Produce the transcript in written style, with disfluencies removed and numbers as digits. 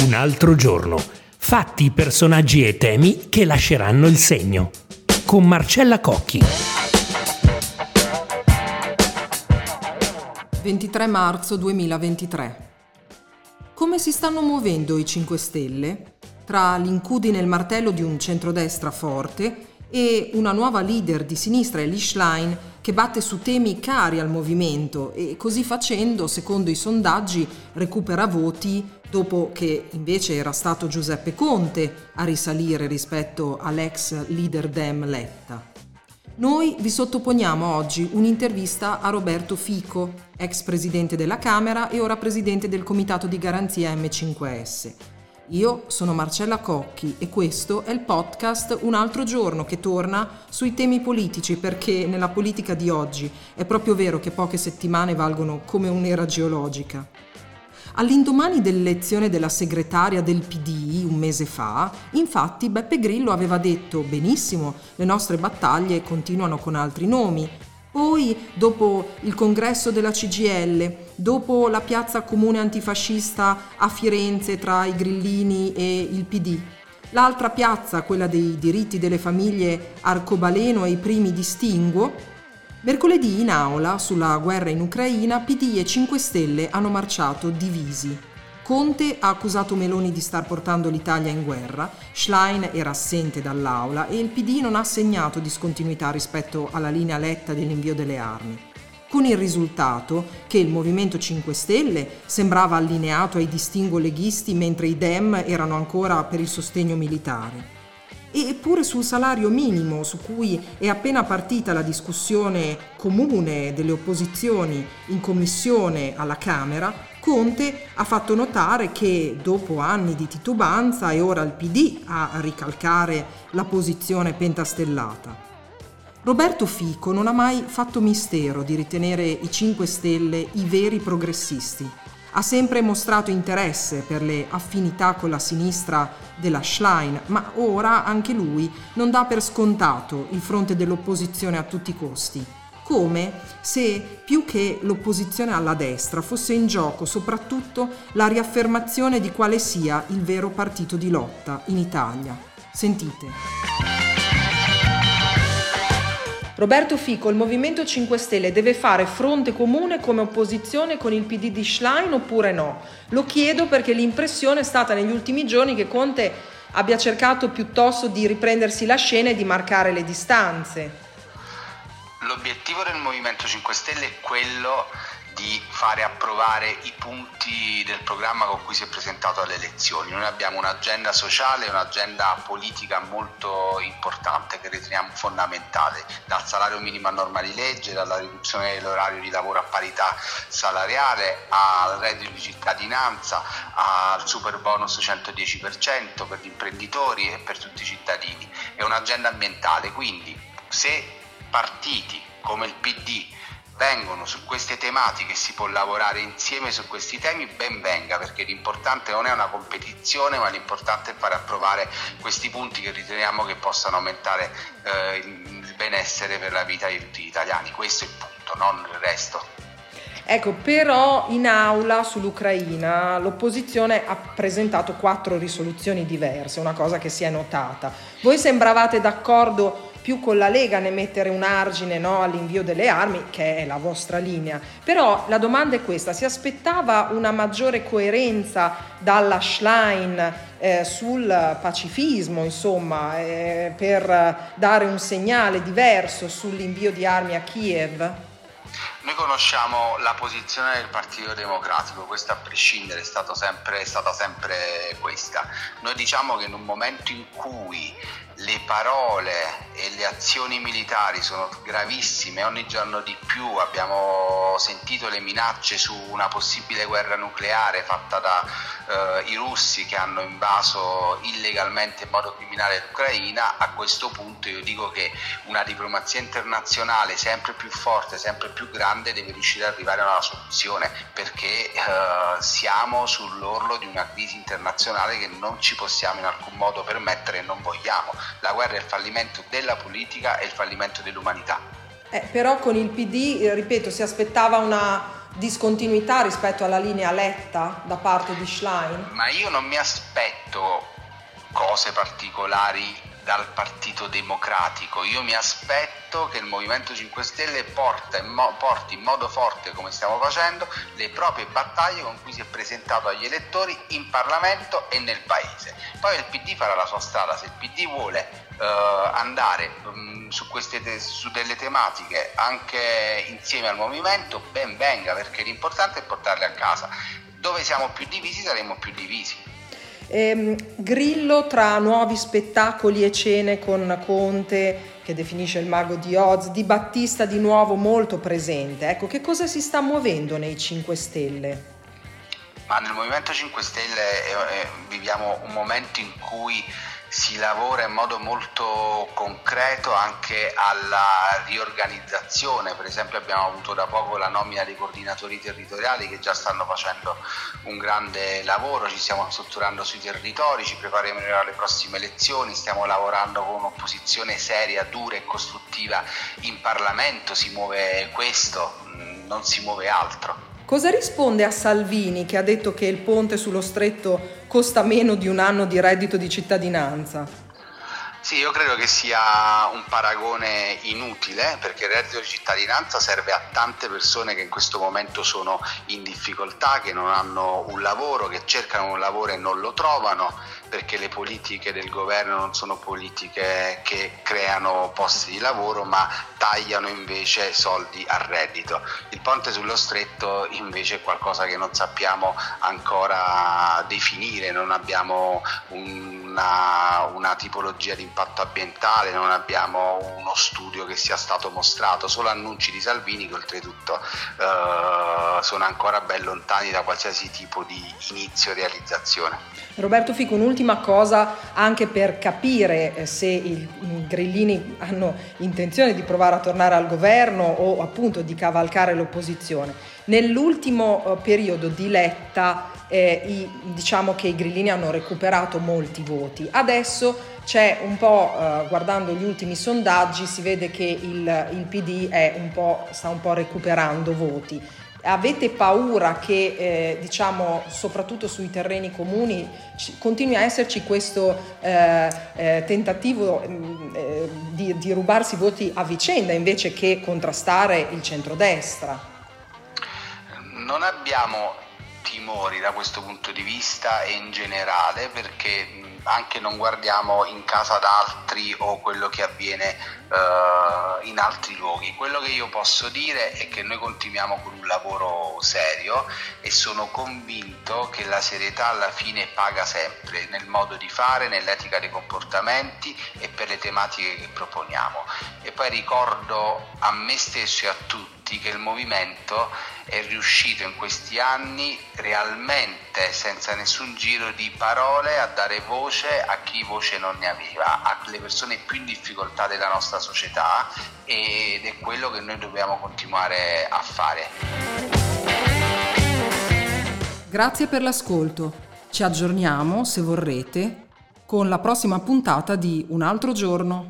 Un altro giorno. Fatti, personaggi e temi che lasceranno il segno. Con Marcella Cocchi. 23 marzo 2023. Come si stanno muovendo i 5 Stelle? Tra l'incudine e il martello di un centrodestra forte e una nuova leader di sinistra, Elly Schlein, che batte su temi cari al movimento e così facendo, secondo i sondaggi, recupera voti dopo che invece era stato Giuseppe Conte a risalire rispetto all'ex leader Dem Letta. Noi vi sottoponiamo oggi un'intervista a Roberto Fico, ex presidente della Camera e ora presidente del Comitato di Garanzia M5S. Io sono Marcella Cocchi e questo è il podcast Un altro giorno che torna sui temi politici, perché nella politica di oggi è proprio vero che poche settimane valgono come un'era geologica. All'indomani dell'elezione della segretaria del PD un mese fa, infatti Beppe Grillo aveva detto: benissimo, le nostre battaglie continuano con altri nomi. Poi, dopo il congresso della CGIL, dopo la piazza comune antifascista a Firenze tra i grillini e il PD, l'altra piazza, quella dei diritti delle famiglie, Arcobaleno e i primi distinguo, mercoledì in aula, sulla guerra in Ucraina, PD e 5 Stelle hanno marciato divisi. Conte ha accusato Meloni di star portando l'Italia in guerra, Schlein era assente dall'aula e il PD non ha segnato discontinuità rispetto alla linea Letta dell'invio delle armi. Con il risultato che il Movimento 5 Stelle sembrava allineato ai distinguo leghisti mentre i Dem erano ancora per il sostegno militare. Eppure sul salario minimo, su cui è appena partita la discussione comune delle opposizioni in commissione alla Camera, Conte ha fatto notare che dopo anni di titubanza è ora il PD a ricalcare la posizione pentastellata. Roberto Fico non ha mai fatto mistero di ritenere i 5 Stelle i veri progressisti. Ha sempre mostrato interesse per le affinità con la sinistra della Schlein, ma ora anche lui non dà per scontato il fronte dell'opposizione a tutti i costi. Come se più che l'opposizione alla destra fosse in gioco soprattutto la riaffermazione di quale sia il vero partito di lotta in Italia. Sentite. Roberto Fico, il Movimento 5 Stelle deve fare fronte comune come opposizione con il PD di Schlein oppure no? Lo chiedo perché l'impressione è stata negli ultimi giorni che Conte abbia cercato piuttosto di riprendersi la scena e di marcare le distanze. L'obiettivo del Movimento 5 Stelle è quello di fare approvare i punti del programma con cui si è presentato alle elezioni. Noi abbiamo un'agenda sociale e un'agenda politica molto importante che riteniamo fondamentale, dal salario minimo a norma di legge, dalla riduzione dell'orario di lavoro a parità salariale, al reddito di cittadinanza, al super bonus 110% per gli imprenditori e per tutti i cittadini. È un'agenda ambientale, quindi se partiti come il PD vengono su queste tematiche e si può lavorare insieme su questi temi, ben venga, perché l'importante non è una competizione, ma l'importante è fare approvare questi punti che riteniamo che possano aumentare il benessere per la vita di tutti gli italiani. Questo è il punto, non il resto. Ecco, però in aula sull'Ucraina l'opposizione ha presentato 4 risoluzioni diverse, una cosa che si è notata. Voi sembravate d'accordo più con la Lega nel mettere un argine, no, all'invio delle armi, che è la vostra linea. Però la domanda è questa: si aspettava una maggiore coerenza dalla Schlein sul pacifismo, insomma, per dare un segnale diverso sull'invio di armi a Kiev? Noi conosciamo la posizione del Partito Democratico, questa a prescindere è stata sempre questa. Noi diciamo che in un momento in cui le parole e le azioni militari sono gravissime, ogni giorno di più abbiamo sentito le minacce su una possibile guerra nucleare fatta dai russi che hanno invaso illegalmente in modo criminale l'Ucraina. A questo punto io dico che una diplomazia internazionale sempre più forte, sempre più grande deve riuscire ad arrivare a una soluzione, perché siamo sull'orlo di una crisi internazionale che non ci possiamo in alcun modo permettere e non vogliamo. La guerra è il fallimento della politica e il fallimento dell'umanità. Però con il PD, ripeto, si aspettava una discontinuità rispetto alla linea Letta da parte di Schlein? Ma io non mi aspetto cose particolari dal Partito Democratico. Io mi aspetto che il Movimento 5 Stelle porti in modo forte, come stiamo facendo, le proprie battaglie con cui si è presentato agli elettori in Parlamento e nel Paese. Poi il PD farà la sua strada. Se il PD vuole andare su delle tematiche anche insieme al Movimento, ben venga, perché l'importante è portarle a casa. Dove siamo più divisi saremo più divisi. Grillo tra nuovi spettacoli e cene con Conte, che definisce il mago di Oz, Di Battista di nuovo molto presente. Ecco, che cosa si sta muovendo nei 5 Stelle? Ma nel Movimento 5 Stelle viviamo un momento in cui si lavora in modo molto concreto anche alla riorganizzazione. Per esempio abbiamo avuto da poco la nomina dei coordinatori territoriali che già stanno facendo un grande lavoro, ci stiamo strutturando sui territori, ci prepariamo alle prossime elezioni, stiamo lavorando con un'opposizione seria, dura e costruttiva in Parlamento. Si muove questo, non si muove altro. Cosa risponde a Salvini, che ha detto che il ponte sullo stretto costa meno di un anno di reddito di cittadinanza? Sì, io credo che sia un paragone inutile, perché il reddito di cittadinanza serve a tante persone che in questo momento sono in difficoltà, che non hanno un lavoro, che cercano un lavoro e non lo trovano, perché le politiche del governo non sono politiche che creano posti di lavoro, ma tagliano invece soldi al reddito. Il ponte sullo stretto invece è qualcosa che non sappiamo ancora definire, non abbiamo una tipologia di impatto ambientale, non abbiamo uno studio che sia stato mostrato, solo annunci di Salvini che oltretutto sono ancora ben lontani da qualsiasi tipo di inizio realizzazione. Roberto Fico, un'ultima cosa anche per capire se i grillini hanno intenzione di provare a tornare al governo o appunto di cavalcare l'opposizione. Nell'ultimo periodo di Letta diciamo che i grillini hanno recuperato molti voti. Adesso c'è un po', guardando gli ultimi sondaggi, si vede che il PD sta un po' recuperando voti. Avete paura che, diciamo, soprattutto sui terreni comuni continui a esserci questo tentativo di rubarsi voti a vicenda invece che contrastare il centrodestra? Non abbiamo timori da questo punto di vista e in generale, perché anche non guardiamo in casa d'altri o quello che avviene in altri luoghi. Quello che io posso dire è che noi continuiamo con un lavoro serio e sono convinto che la serietà alla fine paga sempre, nel modo di fare, nell'etica dei comportamenti e per le tematiche che proponiamo. E poi ricordo a me stesso e a tutti che il movimento è riuscito in questi anni realmente, senza nessun giro di parole, a dare voce a chi voce non ne aveva, alle persone più in difficoltà della nostra società, ed è quello che noi dobbiamo continuare a fare. Grazie per l'ascolto. Ci aggiorniamo, se vorrete, con la prossima puntata di Un altro giorno.